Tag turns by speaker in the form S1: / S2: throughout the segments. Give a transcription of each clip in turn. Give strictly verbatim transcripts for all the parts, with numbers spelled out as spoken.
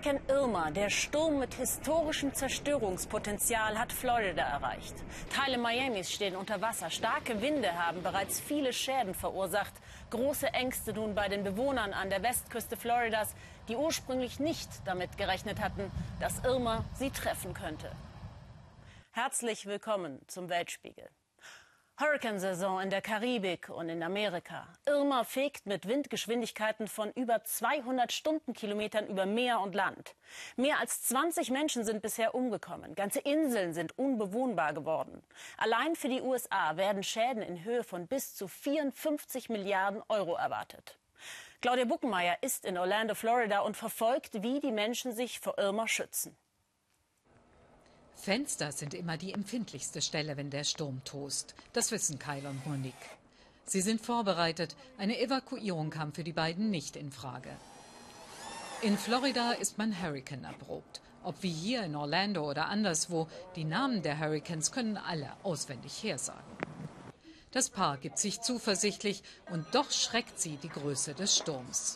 S1: Hurrikan Irma, der Sturm mit historischem Zerstörungspotenzial, hat Florida erreicht. Teile Miamis stehen unter Wasser. Starke Winde haben bereits viele Schäden verursacht. Große Ängste nun bei den Bewohnern an der Westküste Floridas, die ursprünglich nicht damit gerechnet hatten, dass Irma sie treffen könnte. Herzlich willkommen zum Weltspiegel. Hurrikansaison in der Karibik und in Amerika. Irma fegt mit Windgeschwindigkeiten von über zweihundert Stundenkilometern über Meer und Land. Mehr als zwanzig Menschen sind bisher umgekommen. Ganze Inseln sind unbewohnbar geworden. Allein für die U S A werden Schäden in Höhe von bis zu vierundfünfzig Milliarden Euro erwartet. Claudia Buckenmeier ist in Orlando, Florida und verfolgt, wie die Menschen sich vor Irma schützen.
S2: Fenster sind immer die empfindlichste Stelle, wenn der Sturm tost. Das wissen Kyle und Monique. Sie sind vorbereitet. Eine Evakuierung kam für die beiden nicht in Frage. In Florida ist man Hurrikan erprobt. Ob wie hier in Orlando oder anderswo, die Namen der Hurrikans können alle auswendig hersagen. Das Paar gibt sich zuversichtlich und doch schreckt sie die Größe des Sturms.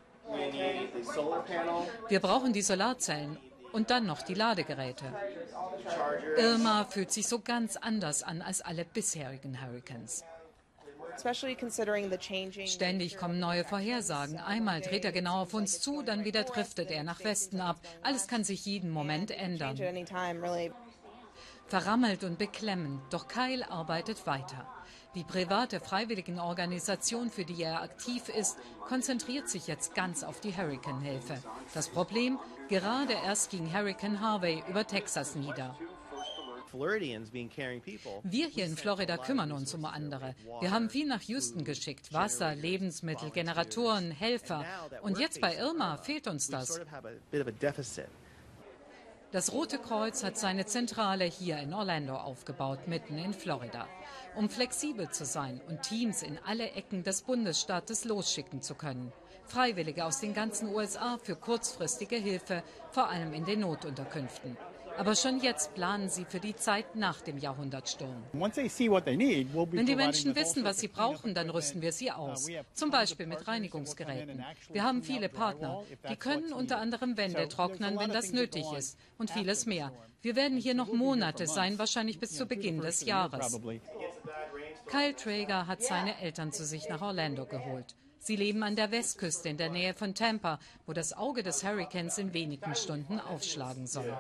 S2: Wir brauchen die Solarzellen. Und dann noch die Ladegeräte. Irma fühlt sich so ganz anders an als alle bisherigen Hurrikans. Ständig kommen neue Vorhersagen. Einmal dreht er genau auf uns zu, dann wieder driftet er nach Westen ab. Alles kann sich jeden Moment ändern. Verrammelt und beklemmend, doch Kyle arbeitet weiter. Die private Freiwilligenorganisation, für die er aktiv ist, konzentriert sich jetzt ganz auf die Hurrikanhilfe. Das Problem, gerade erst ging Hurrikan Harvey über Texas nieder. Wir hier in Florida kümmern uns um andere. Wir haben viel nach Houston geschickt. Wasser, Lebensmittel, Generatoren, Helfer. Und jetzt bei Irma fehlt uns das. Das Rote Kreuz hat seine Zentrale hier in Orlando aufgebaut, mitten in Florida. Um flexibel zu sein und Teams in alle Ecken des Bundesstaates losschicken zu können. Freiwillige aus den ganzen U S A für kurzfristige Hilfe, vor allem in den Notunterkünften. Aber schon jetzt planen sie für die Zeit nach dem Jahrhundertsturm. Wenn die Menschen wissen, was sie brauchen, dann rüsten wir sie aus. Zum Beispiel mit Reinigungsgeräten. Wir haben viele Partner. Die können unter anderem Wände trocknen, wenn das nötig ist. Und vieles mehr. Wir werden hier noch Monate sein, wahrscheinlich bis zu Beginn des Jahres. Kyle Traeger hat seine Eltern zu sich nach Orlando geholt. Sie leben an der Westküste in der Nähe von Tampa, wo das Auge des Hurrikans in wenigen Stunden aufschlagen soll.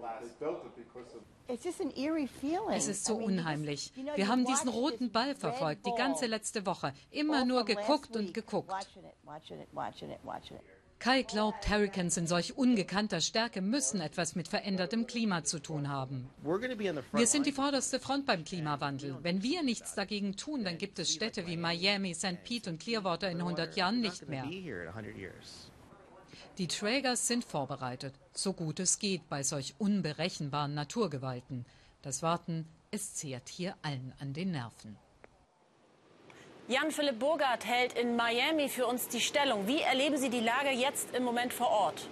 S2: Es ist so unheimlich. Wir haben diesen roten Ball verfolgt, die ganze letzte Woche. Immer nur geguckt und geguckt. Kyle glaubt, Hurrikans in solch ungekannter Stärke müssen etwas mit verändertem Klima zu tun haben. Wir sind die vorderste Front beim Klimawandel. Wenn wir nichts dagegen tun, dann gibt es Städte wie Miami, Sankt Pete und Clearwater in hundert Jahren nicht mehr. Die Traegers sind vorbereitet, so gut es geht bei solch unberechenbaren Naturgewalten. Das Warten, es zehrt hier allen an den Nerven.
S1: Jan-Philipp Burgard hält in Miami für uns die Stellung. Wie erleben Sie die Lage jetzt im Moment vor Ort?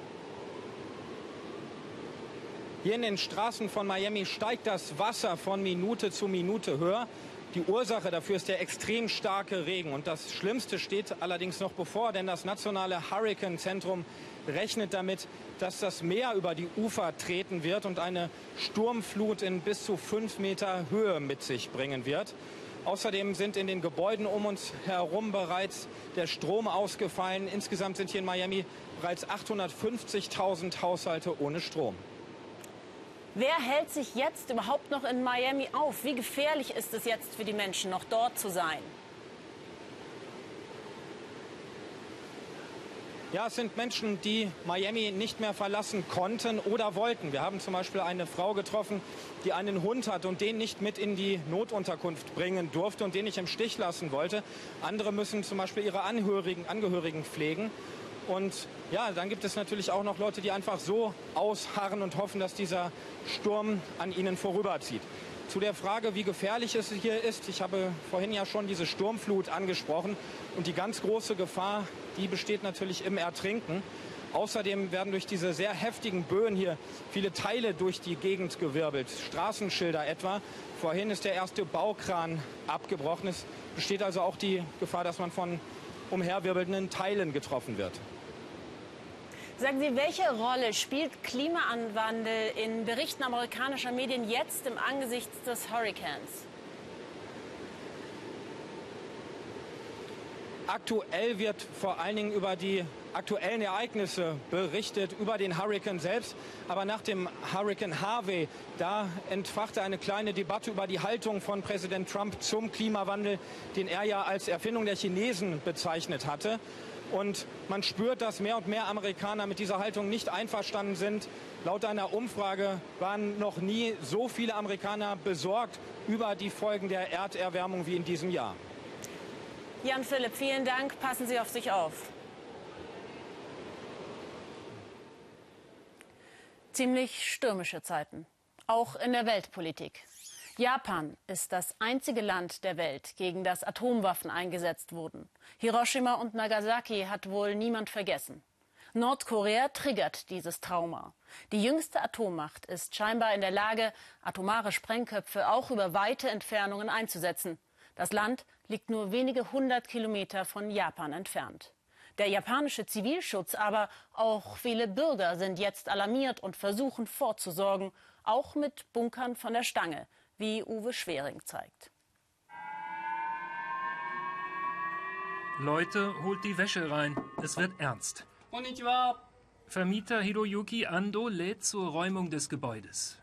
S3: Hier in den Straßen von Miami steigt das Wasser von Minute zu Minute höher. Die Ursache dafür ist der extrem starke Regen. Und das Schlimmste steht allerdings noch bevor, denn das nationale Hurrikanzentrum rechnet damit, dass das Meer über die Ufer treten wird und eine Sturmflut in bis zu fünf Meter Höhe mit sich bringen wird. Außerdem sind in den Gebäuden um uns herum bereits der Strom ausgefallen. Insgesamt sind hier in Miami bereits achthundertfünfzigtausend Haushalte ohne Strom.
S1: Wer hält sich jetzt überhaupt noch in Miami auf? Wie gefährlich ist es jetzt für die Menschen, noch dort zu sein?
S3: Ja, es sind Menschen, die Miami nicht mehr verlassen konnten oder wollten. Wir haben zum Beispiel eine Frau getroffen, die einen Hund hat und den nicht mit in die Notunterkunft bringen durfte und den nicht im Stich lassen wollte. Andere müssen zum Beispiel ihre Angehörigen, Angehörigen pflegen. Und ja, dann gibt es natürlich auch noch Leute, die einfach so ausharren und hoffen, dass dieser Sturm an ihnen vorüberzieht. Zu der Frage, wie gefährlich es hier ist, ich habe vorhin ja schon diese Sturmflut angesprochen und die ganz große Gefahr, die besteht natürlich im Ertrinken. Außerdem werden durch diese sehr heftigen Böen hier viele Teile durch die Gegend gewirbelt, Straßenschilder etwa. Vorhin ist der erste Baukran abgebrochen. Es besteht also auch die Gefahr, dass man von umherwirbelnden Teilen getroffen wird.
S1: Sagen Sie, welche Rolle spielt Klimawandel in Berichten amerikanischer Medien jetzt im Angesicht des Hurrikans?
S3: Aktuell wird vor allen Dingen über die aktuellen Ereignisse berichtet, über den Hurrikan selbst. Aber nach dem Hurrikan Harvey, da entfachte eine kleine Debatte über die Haltung von Präsident Trump zum Klimawandel, den er ja als Erfindung der Chinesen bezeichnet hatte. Und man spürt, dass mehr und mehr Amerikaner mit dieser Haltung nicht einverstanden sind. Laut einer Umfrage waren noch nie so viele Amerikaner besorgt über die Folgen der Erderwärmung wie in diesem Jahr.
S1: Jan Philipp, vielen Dank. Passen Sie auf sich auf. Ziemlich stürmische Zeiten, auch in der Weltpolitik. Japan ist das einzige Land der Welt, gegen das Atomwaffen eingesetzt wurden. Hiroshima und Nagasaki hat wohl niemand vergessen. Nordkorea triggert dieses Trauma. Die jüngste Atommacht ist scheinbar in der Lage, atomare Sprengköpfe auch über weite Entfernungen einzusetzen. Das Land liegt nur wenige hundert Kilometer von Japan entfernt. Der japanische Zivilschutz, aber auch viele Bürger sind jetzt alarmiert und versuchen vorzusorgen, auch mit Bunkern von der Stange, wie Uwe Schwering zeigt.
S4: Leute, holt die Wäsche rein. Es wird ernst.
S5: Konnichiwa.
S4: Vermieter Hiroyuki Ando lädt zur Räumung des Gebäudes.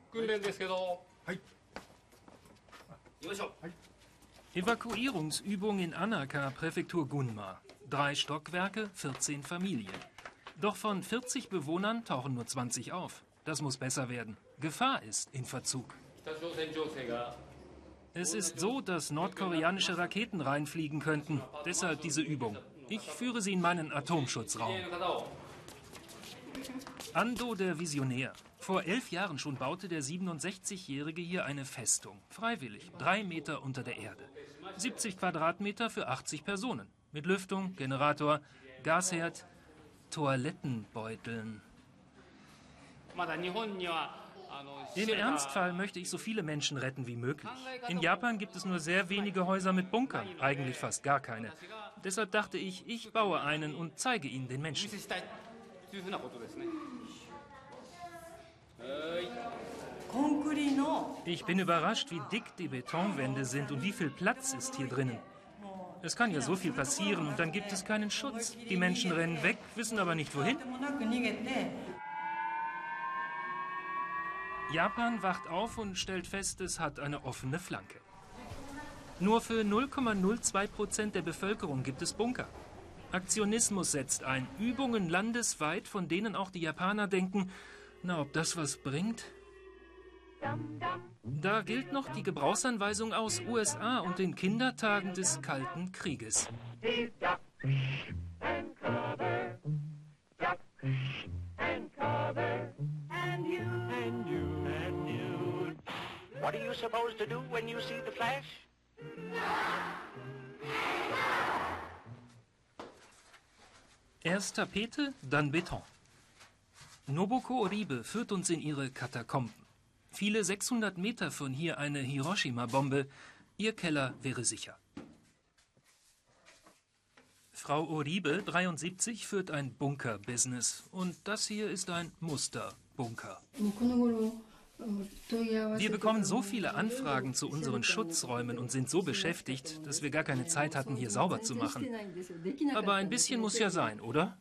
S4: Evakuierungsübung in Anaka, Präfektur Gunma. Drei Stockwerke, vierzehn Familien. Doch von vierzig Bewohnern tauchen nur zwanzig auf. Das muss besser werden. Gefahr ist in Verzug. Es ist so, dass nordkoreanische Raketen reinfliegen könnten. Deshalb diese Übung. Ich führe sie in meinen Atomschutzraum. Ando, der Visionär. Vor elf Jahren schon baute der siebenundsechzigjährige hier eine Festung. Freiwillig, drei Meter unter der Erde. siebzig Quadratmeter für achtzig Personen. Mit Lüftung, Generator, Gasherd, Toilettenbeuteln. Im Ernstfall möchte ich so viele Menschen retten wie möglich. In Japan gibt es nur sehr wenige Häuser mit Bunkern, eigentlich fast gar keine. Deshalb dachte ich, ich baue einen und zeige ihn den Menschen. Ich bin überrascht, wie dick die Betonwände sind und wie viel Platz ist hier drinnen. Es kann ja so viel passieren und dann gibt es keinen Schutz. Die Menschen rennen weg, wissen aber nicht wohin. Japan wacht auf und stellt fest, es hat eine offene Flanke. Nur für null Komma null zwei Prozent der Bevölkerung gibt es Bunker. Aktionismus setzt ein. Übungen landesweit, von denen auch die Japaner denken, na, ob das was bringt? Da gilt noch die Gebrauchsanweisung aus U S A und den Kindertagen des Kalten Krieges.
S6: What are you supposed to do when you see the flash?
S4: Erst Tapete, dann Beton. Nobuko Oribe führt uns in ihre Katakomben. Viele sechshundert Meter von hier eine Hiroshima-Bombe. Ihr Keller wäre sicher. Frau Oribe, dreiundsiebzig, führt ein Bunker-Business. Und das hier ist ein Musterbunker. Wir bekommen so viele Anfragen zu unseren Schutzräumen und sind so beschäftigt, dass wir gar keine Zeit hatten, hier sauber zu machen. Aber ein bisschen muss ja sein, oder?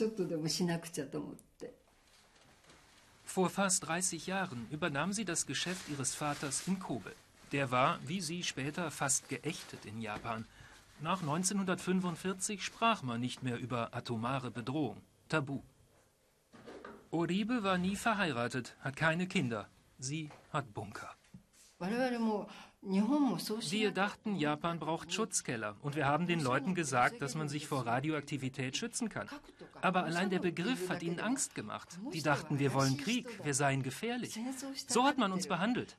S4: Vor fast dreißig Jahren übernahm sie das Geschäft ihres Vaters in Kobe. Der war, wie sie später, fast geächtet in Japan. Nach neunzehnhundertfünfundvierzig sprach man nicht mehr über atomare Bedrohung. Tabu. Oribe war nie verheiratet, hat keine Kinder. Sie hat Bunker. Wir dachten, Japan braucht Schutzkeller. Und wir haben den Leuten gesagt, dass man sich vor Radioaktivität schützen kann. Aber allein der Begriff hat ihnen Angst gemacht. Die dachten, wir wollen Krieg, wir seien gefährlich. So hat man uns behandelt.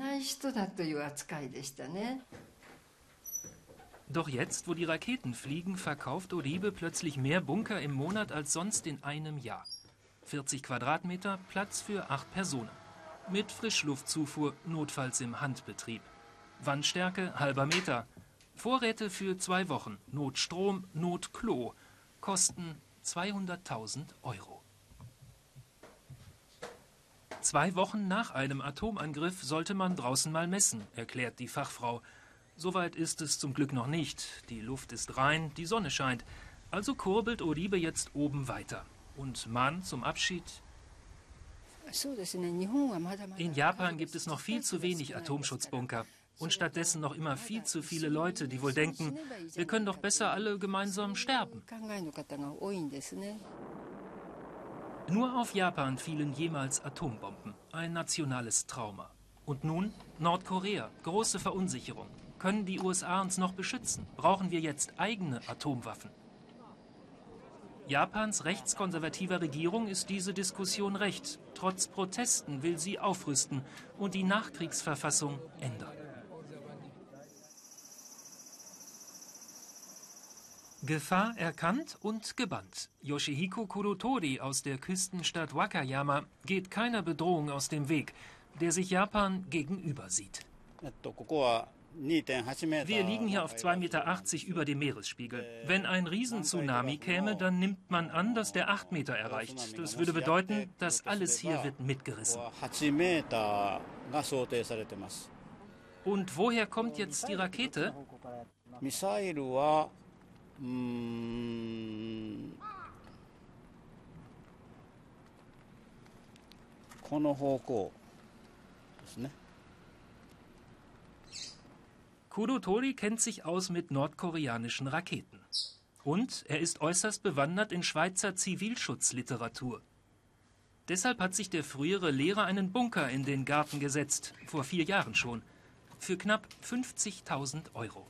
S4: Doch jetzt, wo die Raketen fliegen, verkauft Oribe plötzlich mehr Bunker im Monat als sonst in einem Jahr. vierzig Quadratmeter, Platz für acht Personen. Mit Frischluftzufuhr, notfalls im Handbetrieb. Wandstärke halber Meter. Vorräte für zwei Wochen. Notstrom, Notklo. Kosten zweihunderttausend Euro. Zwei Wochen nach einem Atomangriff sollte man draußen mal messen, erklärt die Fachfrau. Soweit ist es zum Glück noch nicht. Die Luft ist rein, die Sonne scheint. Also kurbelt Oribe jetzt oben weiter. Und mahnt zum Abschied: In Japan gibt es noch viel zu wenig Atomschutzbunker. Und stattdessen noch immer viel zu viele Leute, die wohl denken, wir können doch besser alle gemeinsam sterben. Nur auf Japan fielen jemals Atombomben. Ein nationales Trauma. Und nun Nordkorea. Große Verunsicherung. Können die U S A uns noch beschützen? Brauchen wir jetzt eigene Atomwaffen? Japans rechtskonservativer Regierung ist diese Diskussion recht. Trotz Protesten will sie aufrüsten und die Nachkriegsverfassung ändern. Gefahr erkannt und gebannt. Yoshihiko Kurotori aus der Küstenstadt Wakayama geht keiner Bedrohung aus dem Weg, der sich Japan gegenüber sieht. Wir liegen hier auf zwei Meter achtzig über dem Meeresspiegel. Wenn ein Riesentsunami käme, dann nimmt man an, dass der acht Meter erreicht. Das würde bedeuten, dass alles hier wird mitgerissen. Und woher kommt jetzt die Rakete? Kurotori kennt sich aus mit nordkoreanischen Raketen. Und er ist äußerst bewandert in Schweizer Zivilschutzliteratur. Deshalb hat sich der frühere Lehrer einen Bunker in den Garten gesetzt, vor vier Jahren schon, für knapp fünfzigtausend Euro.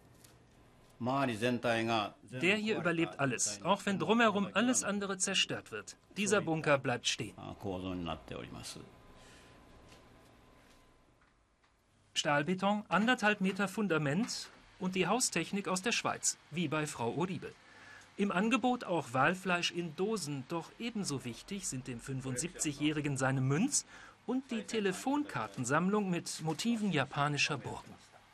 S4: Der hier überlebt alles, auch wenn drumherum alles andere zerstört wird. Dieser Bunker bleibt stehen. Stahlbeton, anderthalb Meter Fundament und die Haustechnik aus der Schweiz, wie bei Frau Oribe. Im Angebot auch Walfleisch in Dosen, doch ebenso wichtig sind dem fünfundsiebzigjährigen seine Münz und die Telefonkartensammlung mit Motiven japanischer Burgen.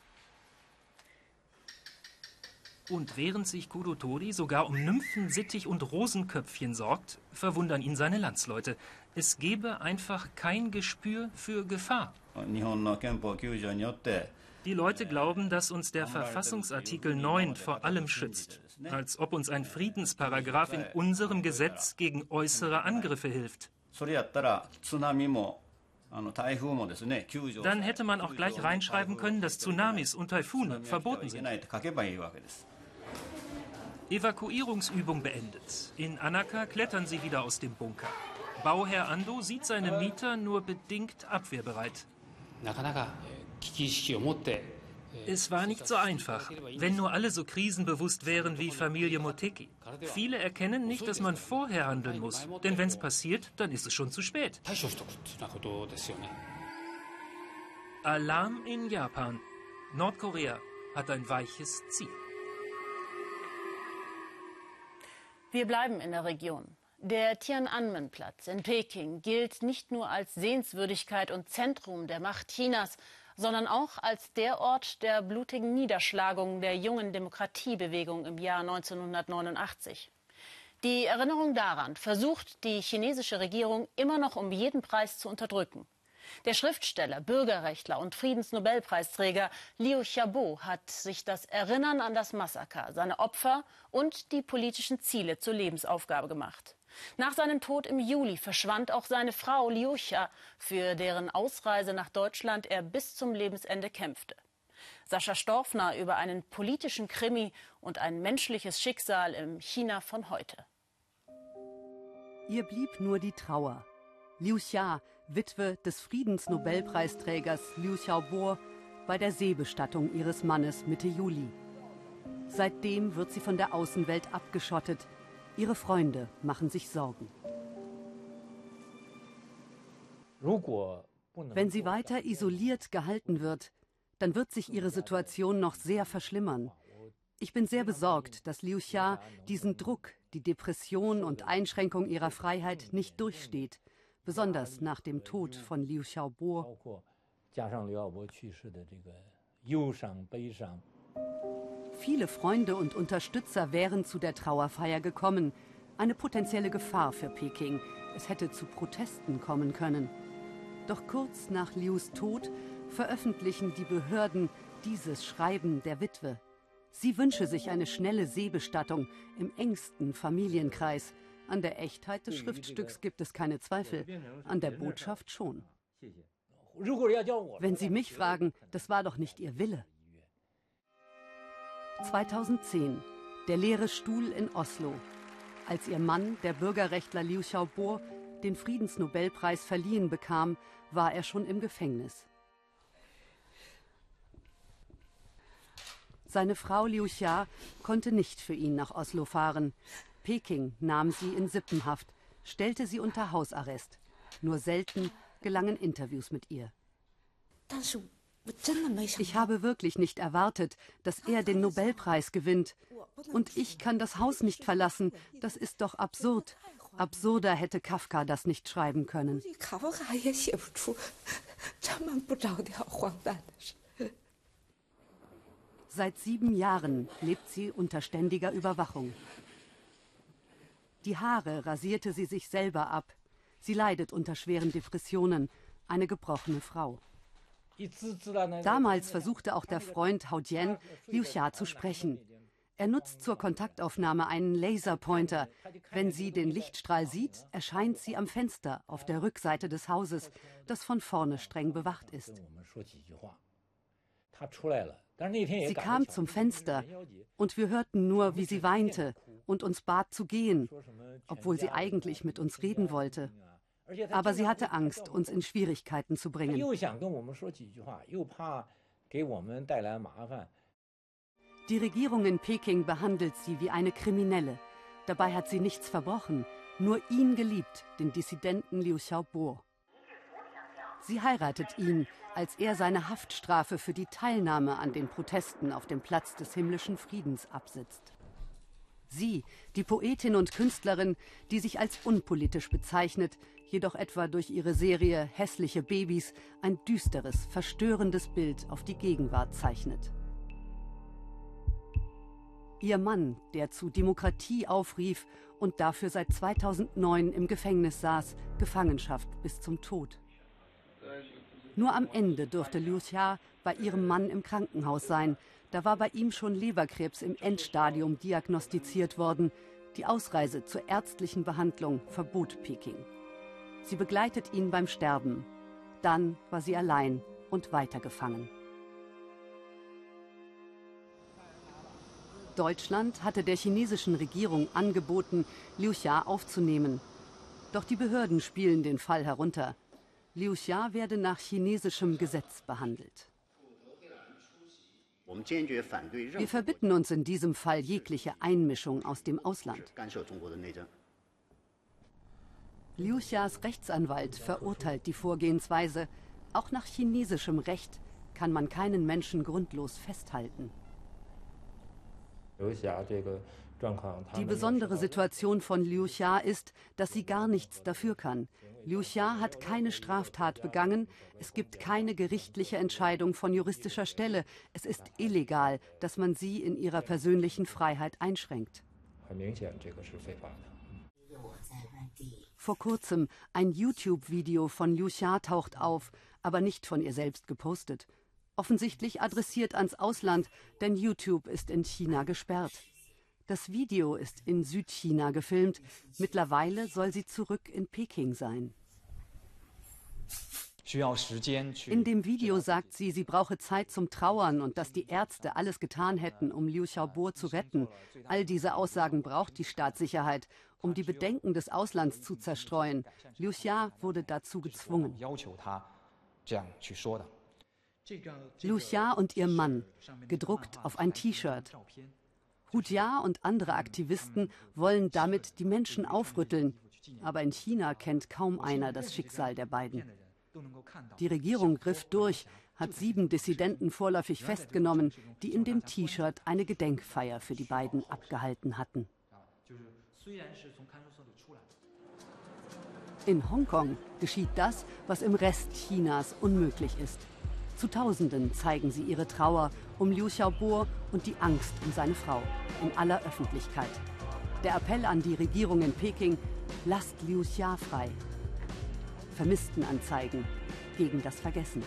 S4: Und während sich Kurotori sogar um Nymphen, Sittich und Rosenköpfchen sorgt, verwundern ihn seine Landsleute. Es gebe einfach kein Gespür für Gefahr. Die Leute glauben, dass uns der Verfassungsartikel neun vor allem schützt. Als ob uns ein Friedensparagraph in unserem Gesetz gegen äußere Angriffe hilft. Dann hätte man auch gleich reinschreiben können, dass Tsunamis und Taifune verboten sind. Evakuierungsübung beendet. In Anaka klettern sie wieder aus dem Bunker. Bauherr Ando sieht seine Mieter nur bedingt abwehrbereit. Es war nicht so einfach, wenn nur alle so krisenbewusst wären wie Familie Moteki. Viele erkennen nicht, dass man vorher handeln muss, denn wenn es passiert, dann ist es schon zu spät. Alarm in Japan. Nordkorea hat ein weiches Ziel.
S1: Wir bleiben in der Region. Der Tian'anmen-Platz in Peking gilt nicht nur als Sehenswürdigkeit und Zentrum der Macht Chinas, sondern auch als der Ort der blutigen Niederschlagung der jungen Demokratiebewegung im Jahr neunzehnhundertneunundachtzig. Die Erinnerung daran versucht die chinesische Regierung immer noch um jeden Preis zu unterdrücken. Der Schriftsteller, Bürgerrechtler und Friedensnobelpreisträger Liu Xiaobo hat sich das Erinnern an das Massaker, seine Opfer und die politischen Ziele zur Lebensaufgabe gemacht. Nach seinem Tod im Juli verschwand auch seine Frau Liu Xia, für deren Ausreise nach Deutschland er bis zum Lebensende kämpfte. Sascha Storfner über einen politischen Krimi und ein menschliches Schicksal im China von heute.
S5: Ihr blieb nur die Trauer. Liu Xia, Witwe des Friedensnobelpreisträgers Liu Xiaobo, bei der Seebestattung ihres Mannes Mitte Juli. Seitdem wird sie von der Außenwelt abgeschottet. Ihre Freunde machen sich Sorgen. Wenn sie weiter isoliert gehalten wird, dann wird sich ihre Situation noch sehr verschlimmern. Ich bin sehr besorgt, dass Liu Xia diesen Druck, die Depression und Einschränkung ihrer Freiheit nicht durchsteht, besonders nach dem Tod von Liu Xiaobo. Viele Freunde und Unterstützer wären zu der Trauerfeier gekommen. Eine potenzielle Gefahr für Peking. Es hätte zu Protesten kommen können. Doch kurz nach Lius Tod veröffentlichen die Behörden dieses Schreiben der Witwe. Sie wünsche sich eine schnelle Seebestattung im engsten Familienkreis. An der Echtheit des Schriftstücks gibt es keine Zweifel, an der Botschaft schon. Wenn Sie mich fragen, das war doch nicht Ihr Wille. zweitausendzehn, der leere Stuhl in Oslo. Als ihr Mann, der Bürgerrechtler Liu Xiaobo, den Friedensnobelpreis verliehen bekam, war er schon im Gefängnis. Seine Frau Liu Xia konnte nicht für ihn nach Oslo fahren. Peking nahm sie in Sippenhaft, stellte sie unter Hausarrest. Nur selten gelangen Interviews mit ihr. Ich habe wirklich nicht erwartet, dass er den Nobelpreis gewinnt. Und ich kann das Haus nicht verlassen. Das ist doch absurd. Absurder hätte Kafka das nicht schreiben können. Seit sieben Jahren lebt sie unter ständiger Überwachung. Die Haare rasierte sie sich selber ab. Sie leidet unter schweren Depressionen, eine gebrochene Frau. Damals versuchte auch der Freund Hao Jian, Liu Xia zu sprechen. Er nutzt zur Kontaktaufnahme einen Laserpointer. Wenn sie den Lichtstrahl sieht, erscheint sie am Fenster auf der Rückseite des Hauses, das von vorne streng bewacht ist. Sie kam zum Fenster und wir hörten nur, wie sie weinte und uns bat zu gehen, obwohl sie eigentlich mit uns reden wollte. Aber sie hatte Angst, uns in Schwierigkeiten zu bringen. Die Regierung in Peking behandelt sie wie eine Kriminelle. Dabei hat sie nichts verbrochen, nur ihn geliebt, den Dissidenten Liu Xiaobo. Sie heiratet ihn, als er seine Haftstrafe für die Teilnahme an den Protesten auf dem Platz des himmlischen Friedens absitzt. Sie, die Poetin und Künstlerin, die sich als unpolitisch bezeichnet, jedoch etwa durch ihre Serie Hässliche Babys ein düsteres, verstörendes Bild auf die Gegenwart zeichnet. Ihr Mann, der zu Demokratie aufrief und dafür seit zweitausendneun im Gefängnis saß, Gefangenschaft bis zum Tod. Nur am Ende durfte Liu Xia bei ihrem Mann im Krankenhaus sein. Da war bei ihm schon Leberkrebs im Endstadium diagnostiziert worden. Die Ausreise zur ärztlichen Behandlung verbot Peking. Sie begleitet ihn beim Sterben. Dann war sie allein und weitergefangen. Deutschland hatte der chinesischen Regierung angeboten, Liu Xia aufzunehmen. Doch die Behörden spielen den Fall herunter. Liu Xia werde nach chinesischem Gesetz behandelt. Wir verbitten uns in diesem Fall jegliche Einmischung aus dem Ausland. Liu Xias Rechtsanwalt verurteilt die Vorgehensweise. Auch nach chinesischem Recht kann man keinen Menschen grundlos festhalten. Die besondere Situation von Liu Xia ist, dass sie gar nichts dafür kann. Liu Xia hat keine Straftat begangen. Es gibt keine gerichtliche Entscheidung von juristischer Stelle. Es ist illegal, dass man sie in ihrer persönlichen Freiheit einschränkt. Vor kurzem ein YouTube-Video von Liu Xia taucht auf, aber nicht von ihr selbst gepostet. Offensichtlich adressiert ans Ausland, denn YouTube ist in China gesperrt. Das Video ist in Südchina gefilmt. Mittlerweile soll sie zurück in Peking sein. In dem Video sagt sie, sie brauche Zeit zum Trauern und dass die Ärzte alles getan hätten, um Liu Xiaobo zu retten. All diese Aussagen braucht die Staatssicherheit, um die Bedenken des Auslands zu zerstreuen. Liu Xia wurde dazu gezwungen. Liu Xia und ihr Mann, gedruckt auf ein T-Shirt. Hu Jia und andere Aktivisten wollen damit die Menschen aufrütteln. Aber in China kennt kaum einer das Schicksal der beiden. Die Regierung griff durch, hat sieben Dissidenten vorläufig festgenommen, die in dem T-Shirt eine Gedenkfeier für die beiden abgehalten hatten. In Hongkong geschieht das, was im Rest Chinas unmöglich ist. Zu Tausenden zeigen sie ihre Trauer um Liu Xiaobo und die Angst um seine Frau in aller Öffentlichkeit. Der Appell an die Regierung in Peking: Lasst Liu Xia frei. Vermisstenanzeigen, gegen das Vergessen.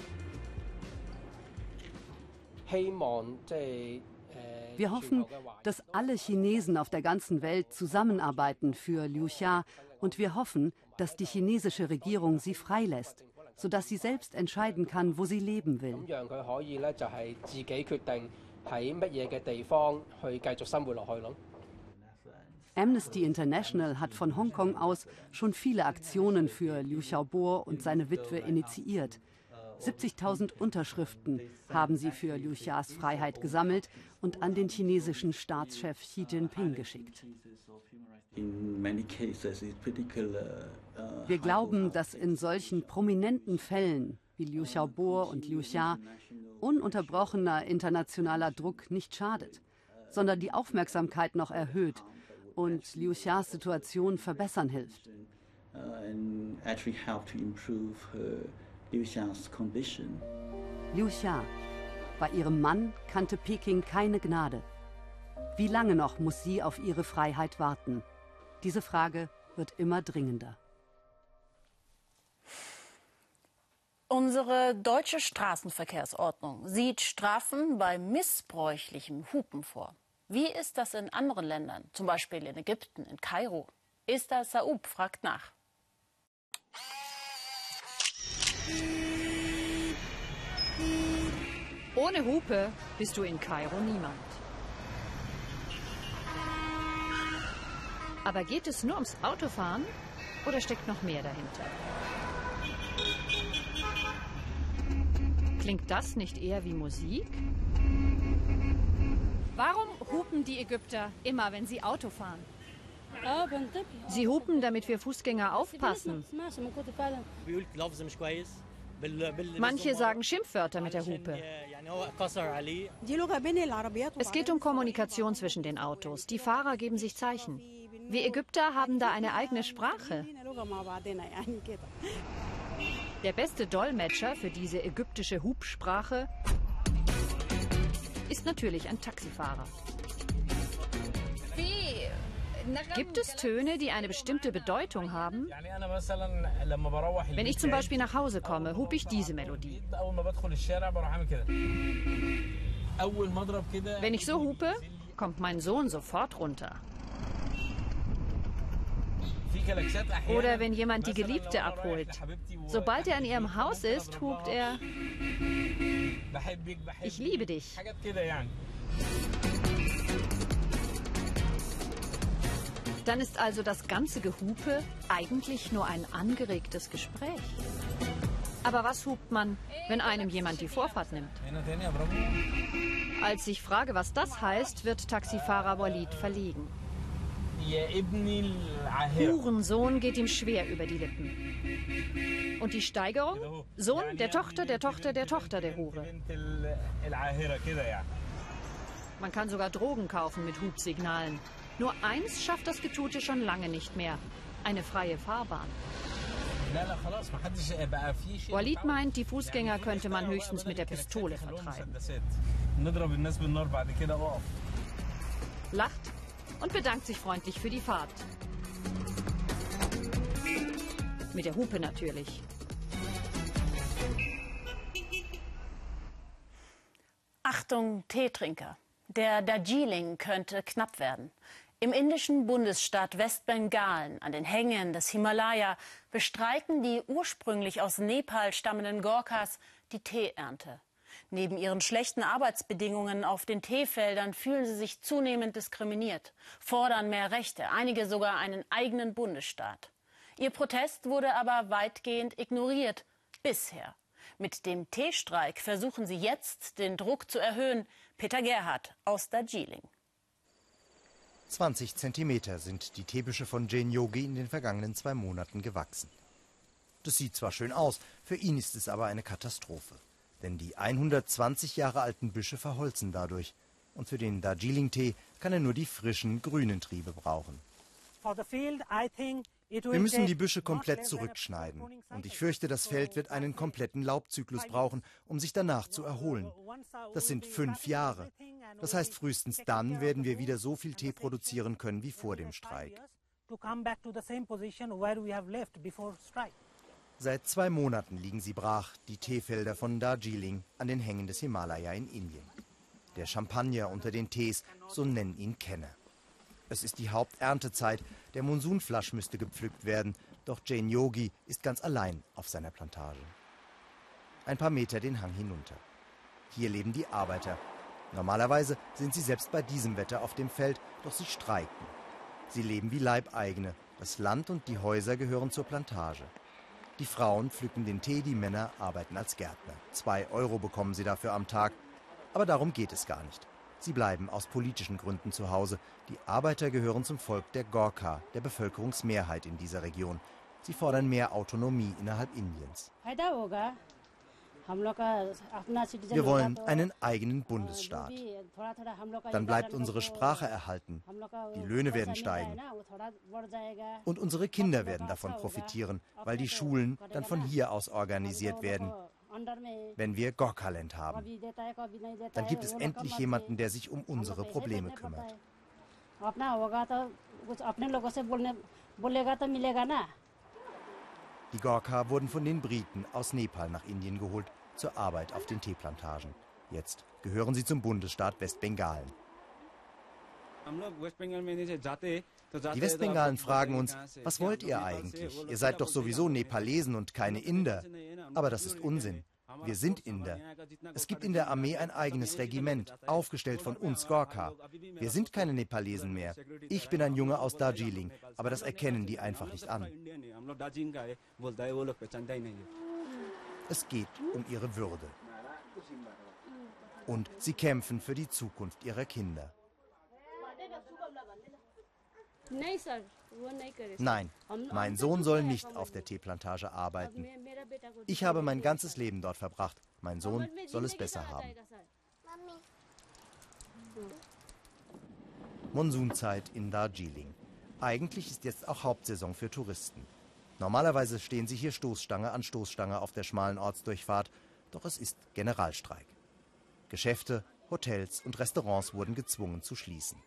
S5: Wir hoffen, dass alle Chinesen auf der ganzen Welt zusammenarbeiten für Liu Xia und wir hoffen, dass die chinesische Regierung sie freilässt, sodass sie selbst entscheiden kann, wo sie leben will. Amnesty International hat von Hongkong aus schon viele Aktionen für Liu Xiaobo und seine Witwe initiiert. siebzigtausend Unterschriften haben sie für Liu Xias Freiheit gesammelt und an den chinesischen Staatschef Xi Jinping geschickt. Wir glauben, dass in solchen prominenten Fällen wie Liu Xiaobo und Liu Xia ununterbrochener internationaler Druck nicht schadet, sondern die Aufmerksamkeit noch erhöht und Liu Xias Situation verbessern hilft. Liu Xia. Bei ihrem Mann kannte Peking keine Gnade. Wie lange noch muss sie auf ihre Freiheit warten? Diese Frage wird immer dringender.
S1: Unsere deutsche Straßenverkehrsordnung sieht Strafen bei missbräuchlichem Hupen vor. Wie ist das in anderen Ländern, zum Beispiel in Ägypten, in Kairo? Esther Saoub fragt nach.
S7: Ohne Hupe bist du in Kairo niemand. Aber geht es nur ums Autofahren oder steckt noch mehr dahinter? Klingt das nicht eher wie Musik? Warum hupen die Ägypter immer, wenn sie Auto fahren? Sie hupen, damit wir Fußgänger aufpassen. Manche sagen Schimpfwörter mit der Hupe. Es geht um Kommunikation zwischen den Autos. Die Fahrer geben sich Zeichen. Wir Ägypter haben da eine eigene Sprache. Der beste Dolmetscher für diese ägyptische Hupsprache ist natürlich ein Taxifahrer. Gibt es Töne, die eine bestimmte Bedeutung haben? Wenn ich zum Beispiel nach Hause komme, hupe ich diese Melodie. Wenn ich so hupe, kommt mein Sohn sofort runter. Oder wenn jemand die Geliebte abholt. Sobald er in ihrem Haus ist, hupt er: Ich liebe dich. Dann ist also das ganze Gehupe eigentlich nur ein angeregtes Gespräch. Aber was hupt man, wenn einem jemand die Vorfahrt nimmt? Als ich frage, was das heißt, wird Taxifahrer Walid verlegen. Hurensohn geht ihm schwer über die Lippen. Und die Steigerung? Sohn der Tochter, der Tochter, der Tochter der Hure. Man kann sogar Drogen kaufen mit Hubsignalen. Nur eins schafft das Getute schon lange nicht mehr: eine freie Fahrbahn. Walid meint, die Fußgänger könnte man höchstens mit der Pistole vertreiben. Lacht und bedankt sich freundlich für die Fahrt. Mit der Hupe natürlich.
S1: Achtung, Teetrinker. Der Darjeeling könnte knapp werden. Im indischen Bundesstaat Westbengalen, an den Hängen des Himalaya, bestreiken die ursprünglich aus Nepal stammenden Gorkhas die Teeernte. Neben ihren schlechten Arbeitsbedingungen auf den Teefeldern fühlen sie sich zunehmend diskriminiert, fordern mehr Rechte, einige sogar einen eigenen Bundesstaat. Ihr Protest wurde aber weitgehend ignoriert, bisher. Mit dem Teestreik versuchen sie jetzt, den Druck zu erhöhen. Peter Gerhardt aus Darjeeling.
S8: zwanzig Zentimeter sind die Teebüsche von Jane Yogi in den vergangenen zwei Monaten gewachsen. Das sieht zwar schön aus, für ihn ist es aber eine Katastrophe. Denn die hundertzwanzig Jahre alten Büsche verholzen dadurch. Und für den Darjeeling-Tee kann er nur die frischen, grünen Triebe brauchen. Wir müssen die Büsche komplett zurückschneiden. Und ich fürchte, das Feld wird einen kompletten Laubzyklus brauchen, um sich danach zu erholen. Das sind fünf Jahre. Das heißt, frühestens dann werden wir wieder so viel Tee produzieren können wie vor dem Streik. Seit zwei Monaten liegen sie brach, die Teefelder von Darjeeling an den Hängen des Himalaya in Indien. Der Champagner unter den Tees, so nennen ihn Kenner. Es ist die Haupterntezeit, der Monsunflasch müsste gepflückt werden, doch Jane Yogi ist ganz allein auf seiner Plantage. Ein paar Meter den Hang hinunter. Hier leben die Arbeiter. Normalerweise sind sie selbst bei diesem Wetter auf dem Feld, doch sie streiken. Sie leben wie Leibeigene. Das Land und die Häuser gehören zur Plantage. Die Frauen pflücken den Tee, die Männer arbeiten als Gärtner. Zwei Euro bekommen sie dafür am Tag. Aber darum geht es gar nicht. Sie bleiben aus politischen Gründen zu Hause. Die Arbeiter gehören zum Volk der Gorkha, der Bevölkerungsmehrheit in dieser Region. Sie fordern mehr Autonomie innerhalb Indiens. Wir wollen einen eigenen Bundesstaat. Dann bleibt unsere Sprache erhalten. Die Löhne werden steigen. Und unsere Kinder werden davon profitieren, weil die Schulen dann von hier aus organisiert werden. Wenn wir Gorkhaland haben, dann gibt es endlich jemanden, der sich um unsere Probleme kümmert. Die Gorkha wurden von den Briten aus Nepal nach Indien geholt, zur Arbeit auf den Teeplantagen. Jetzt gehören sie zum Bundesstaat Westbengalen. Die Westbengalen fragen uns, was wollt ihr eigentlich? Ihr seid doch sowieso Nepalesen und keine Inder. Aber das ist Unsinn. Wir sind Inder. Es gibt in der Armee ein eigenes Regiment, aufgestellt von uns Gorkha. Wir sind keine Nepalesen mehr. Ich bin ein Junge aus Darjeeling, aber das erkennen die einfach nicht an. Es geht um ihre Würde. Und sie kämpfen für die Zukunft ihrer Kinder. Nein, mein Sohn soll nicht auf der Teeplantage arbeiten. Ich habe mein ganzes Leben dort verbracht. Mein Sohn soll es besser haben. Monsunzeit in Darjeeling. Eigentlich ist jetzt auch Hauptsaison für Touristen. Normalerweise stehen sie hier Stoßstange an Stoßstange auf der schmalen Ortsdurchfahrt, doch es ist Generalstreik. Geschäfte, Hotels und Restaurants wurden gezwungen zu schließen.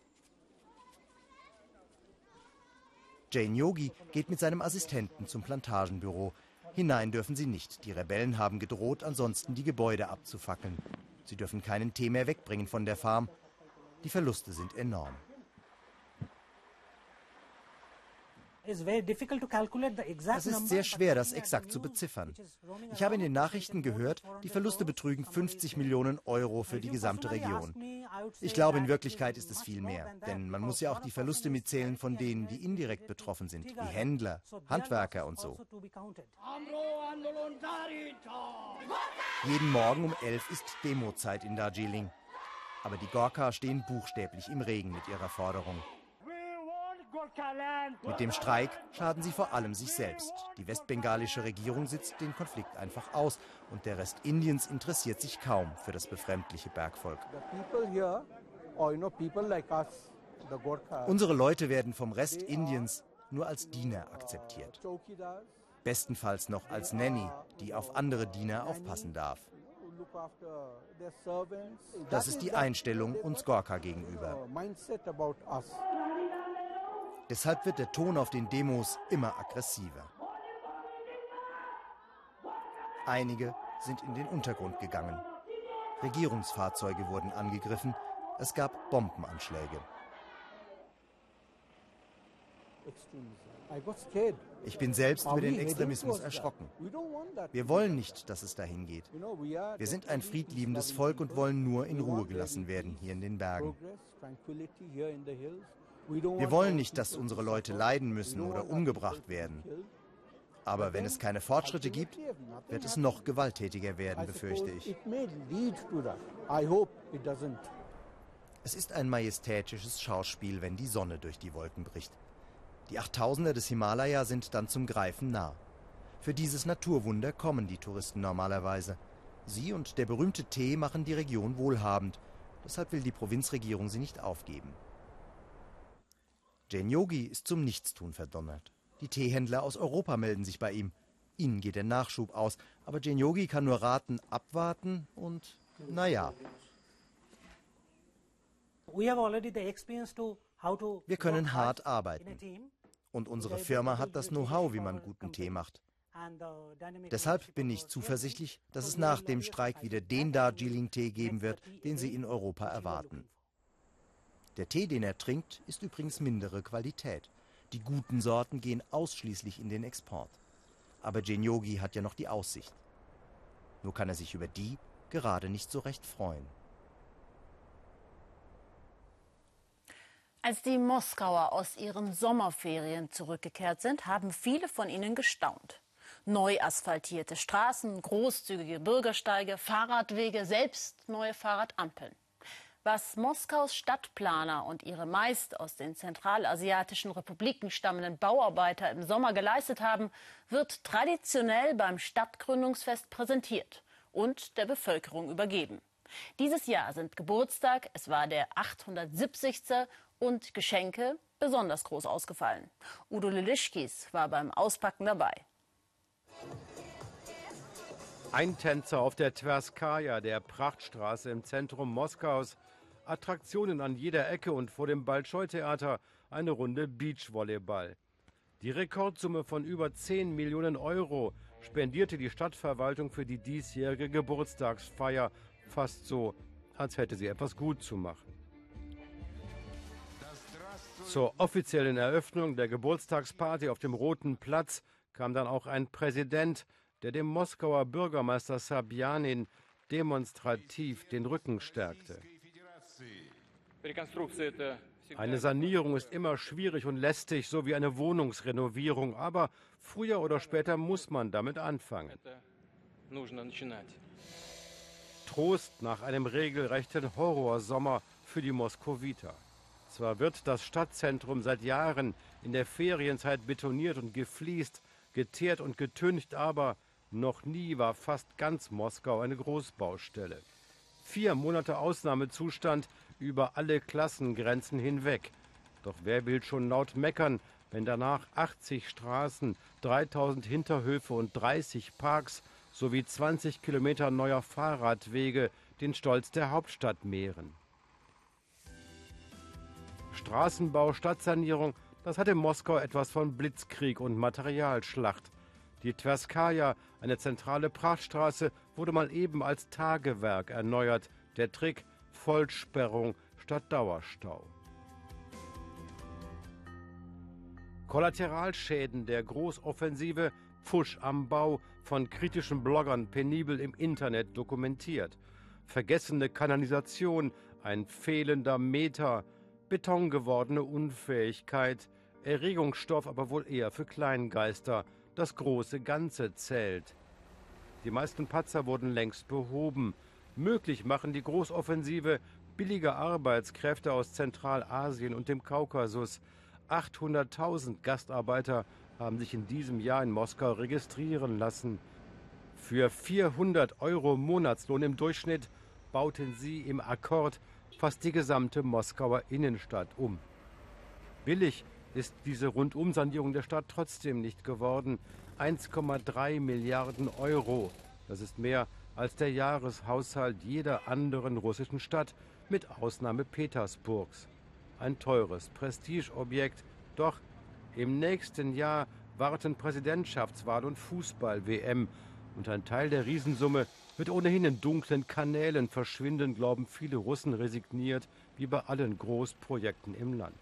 S8: Jane Yogi geht mit seinem Assistenten zum Plantagenbüro. Hinein dürfen sie nicht. Die Rebellen haben gedroht, ansonsten die Gebäude abzufackeln. Sie dürfen keinen Tee mehr wegbringen von der Farm. Die Verluste sind enorm. Es ist sehr schwer, das exakt zu beziffern. Ich habe in den Nachrichten gehört, die Verluste betrügen fünfzig Millionen Euro für die gesamte Region. Ich glaube, in Wirklichkeit ist es viel mehr, denn man muss ja auch die Verluste mitzählen von denen, die indirekt betroffen sind, wie Händler, Handwerker und so. Jeden Morgen um elf ist Demozeit in Darjeeling. Aber die Gorkha stehen buchstäblich im Regen mit ihrer Forderung. Mit dem Streik schaden sie vor allem sich selbst. Die westbengalische Regierung sitzt den Konflikt einfach aus und der Rest Indiens interessiert sich kaum für das befremdliche Bergvolk. Unsere Leute werden vom Rest Indiens nur als Diener akzeptiert. Bestenfalls noch als Nanny, die auf andere Diener aufpassen darf. Das ist die Einstellung uns Gorkha gegenüber. Deshalb wird der Ton auf den Demos immer aggressiver. Einige sind in den Untergrund gegangen. Regierungsfahrzeuge wurden angegriffen. Es gab Bombenanschläge. Ich bin selbst über den Extremismus erschrocken. Wir wollen nicht, dass es dahin geht. Wir sind ein friedliebendes Volk und wollen nur in Ruhe gelassen werden hier in den Bergen. Wir wollen nicht, dass unsere Leute leiden müssen oder umgebracht werden. Aber wenn es keine Fortschritte gibt, wird es noch gewalttätiger werden, befürchte ich. Es ist ein majestätisches Schauspiel, wenn die Sonne durch die Wolken bricht. Die Achttausender des Himalaya sind dann zum Greifen nah. Für dieses Naturwunder kommen die Touristen normalerweise. Sie und der berühmte Tee machen die Region wohlhabend. Deshalb will die Provinzregierung sie nicht aufgeben. Jane Yogi ist zum Nichtstun verdonnert. Die Teehändler aus Europa melden sich bei ihm. Ihnen geht der Nachschub aus, aber Jane Yogi kann nur raten, abwarten und naja. Wir können hart arbeiten. Und unsere Firma hat das Know-how, wie man guten Tee macht. Deshalb bin ich zuversichtlich, dass es nach dem Streik wieder den Darjeeling-Tee geben wird, den Sie in Europa erwarten. Der Tee, den er trinkt, ist übrigens mindere Qualität. Die guten Sorten gehen ausschließlich in den Export. Aber Genyogi hat ja noch die Aussicht. Nur kann er sich über die gerade nicht so recht freuen.
S1: Als die Moskauer aus ihren Sommerferien zurückgekehrt sind, haben viele von ihnen gestaunt. Neu asphaltierte Straßen, großzügige Bürgersteige, Fahrradwege, selbst neue Fahrradampeln. Was Moskaus Stadtplaner und ihre meist aus den zentralasiatischen Republiken stammenden Bauarbeiter im Sommer geleistet haben, wird traditionell beim Stadtgründungsfest präsentiert und der Bevölkerung übergeben. Dieses Jahr sind Geburtstag, es war der achthundertsiebzigste und Geschenke besonders groß ausgefallen. Udo Lilischkis war beim Auspacken dabei.
S9: Ein Tänzer auf der Twerskaja, der Prachtstraße im Zentrum Moskaus. Attraktionen an jeder Ecke und vor dem Bolschoi-Theater eine Runde Beachvolleyball. Die Rekordsumme von über zehn Millionen Euro spendierte die Stadtverwaltung für die diesjährige Geburtstagsfeier. Fast so, als hätte sie etwas gut zu machen. Zur offiziellen Eröffnung der Geburtstagsparty auf dem Roten Platz kam dann auch ein Präsident, der dem Moskauer Bürgermeister Sobjanin demonstrativ den Rücken stärkte. Eine Sanierung ist immer schwierig und lästig, so wie eine Wohnungsrenovierung, aber früher oder später muss man damit anfangen. Trost nach einem regelrechten Horrorsommer für die Moskowiter. Zwar wird das Stadtzentrum seit Jahren in der Ferienzeit betoniert und gefliest, geteert und getüncht, aber noch nie war fast ganz Moskau eine Großbaustelle. Vier Monate Ausnahmezustand über alle Klassengrenzen hinweg. Doch wer will schon laut meckern, wenn danach achtzig Straßen, dreitausend Hinterhöfe und dreißig Parks sowie zwanzig Kilometer neuer Fahrradwege den Stolz der Hauptstadt mehren. Straßenbau, Stadtsanierung, das hatte Moskau etwas von Blitzkrieg und Materialschlacht. Die Twerskaja, eine zentrale Prachtstraße, wurde mal eben als Tagewerk erneuert. Der Trick: Vollsperrung statt Dauerstau. Kollateralschäden der Großoffensive, Pfusch am Bau, von kritischen Bloggern penibel im Internet dokumentiert. Vergessene Kanalisation, ein fehlender Meter, betongewordene Unfähigkeit, Erregungsstoff aber wohl eher für Kleingeister. Das große Ganze zählt. Die meisten Patzer wurden längst behoben. Möglich machen die Großoffensive billige Arbeitskräfte aus Zentralasien und dem Kaukasus. achthunderttausend Gastarbeiter haben sich in diesem Jahr in Moskau registrieren lassen. Für vierhundert Euro Monatslohn im Durchschnitt bauten sie im Akkord fast die gesamte Moskauer Innenstadt um. Billig ist diese Rundumsanierung der Stadt trotzdem nicht geworden. eins Komma drei Milliarden Euro. Das ist mehr als der Jahreshaushalt jeder anderen russischen Stadt, mit Ausnahme Petersburgs. Ein teures Prestigeobjekt. Doch im nächsten Jahr warten Präsidentschaftswahl und Fußball-W M. Und ein Teil der Riesensumme wird ohnehin in dunklen Kanälen verschwinden, glauben viele Russen resigniert, wie bei allen Großprojekten im Land.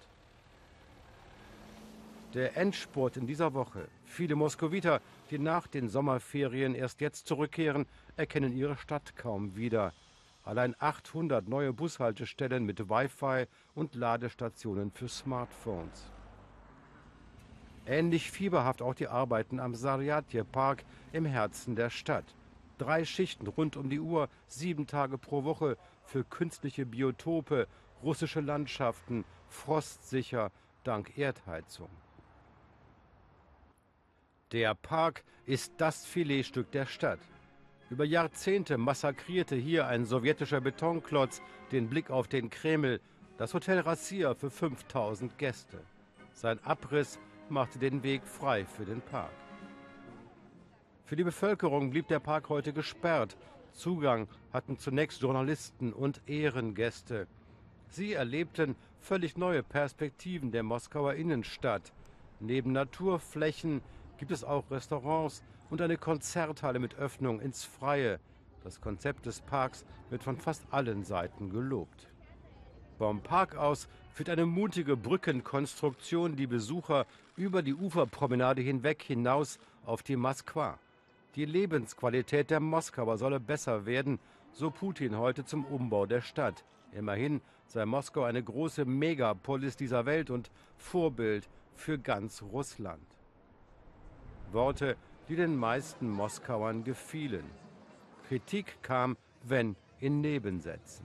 S9: Der Endspurt in dieser Woche. Viele Moskowiter, die nach den Sommerferien erst jetzt zurückkehren, erkennen ihre Stadt kaum wieder. Allein achthundert neue Bushaltestellen mit Wi-Fi und Ladestationen für Smartphones. Ähnlich fieberhaft auch die Arbeiten am Saryatje-Park im Herzen der Stadt. Drei Schichten rund um die Uhr, sieben Tage pro Woche für künstliche Biotope, russische Landschaften, frostsicher dank Erdheizung. Der Park ist das Filetstück der Stadt. Über Jahrzehnte massakrierte hier ein sowjetischer Betonklotz den Blick auf den Kreml, das Hotel Rassia für fünftausend Gäste. Sein Abriss machte den Weg frei für den Park. Für die Bevölkerung blieb der Park heute gesperrt. Zugang hatten zunächst Journalisten und Ehrengäste. Sie erlebten völlig neue Perspektiven der Moskauer Innenstadt. Neben Naturflächen gibt es auch Restaurants, und eine Konzerthalle mit Öffnung ins Freie. Das Konzept des Parks wird von fast allen Seiten gelobt. Vom Park aus führt eine mutige Brückenkonstruktion die Besucher über die Uferpromenade hinweg hinaus auf die Moskwa. Die Lebensqualität der Moskauer solle besser werden, so Putin heute zum Umbau der Stadt. Immerhin sei Moskau eine große Megapolis dieser Welt und Vorbild für ganz Russland. Worte, die den meisten Moskauern gefielen. Kritik kam, wenn in Nebensätzen.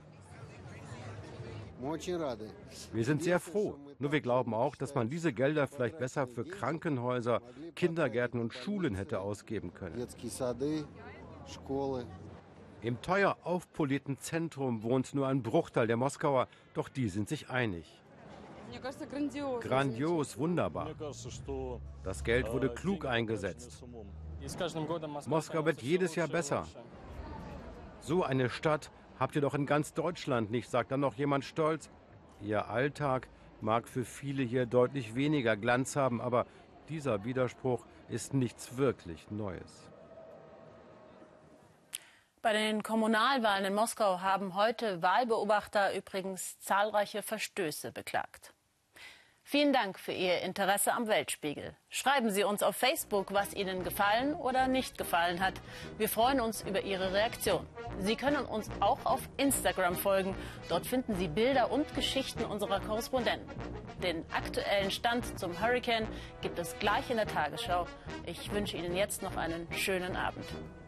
S9: Wir sind sehr froh, nur wir glauben auch, dass man diese Gelder vielleicht besser für Krankenhäuser, Kindergärten und Schulen hätte ausgeben können. Im teuer aufpolierten Zentrum wohnt nur ein Bruchteil der Moskauer, doch die sind sich einig. Grandios, wunderbar. Das Geld wurde klug eingesetzt. Moskau wird jedes Jahr besser. So eine Stadt habt ihr doch in ganz Deutschland nicht, sagt dann noch jemand stolz. Ihr Alltag mag für viele hier deutlich weniger Glanz haben, aber dieser Widerspruch ist nichts wirklich Neues.
S1: Bei den Kommunalwahlen in Moskau haben heute Wahlbeobachter übrigens zahlreiche Verstöße beklagt. Vielen Dank für Ihr Interesse am Weltspiegel. Schreiben Sie uns auf Facebook, was Ihnen gefallen oder nicht gefallen hat. Wir freuen uns über Ihre Reaktion. Sie können uns auch auf Instagram folgen. Dort finden Sie Bilder und Geschichten unserer Korrespondenten. Den aktuellen Stand zum Hurrikan gibt es gleich in der Tagesschau. Ich wünsche Ihnen jetzt noch einen schönen Abend.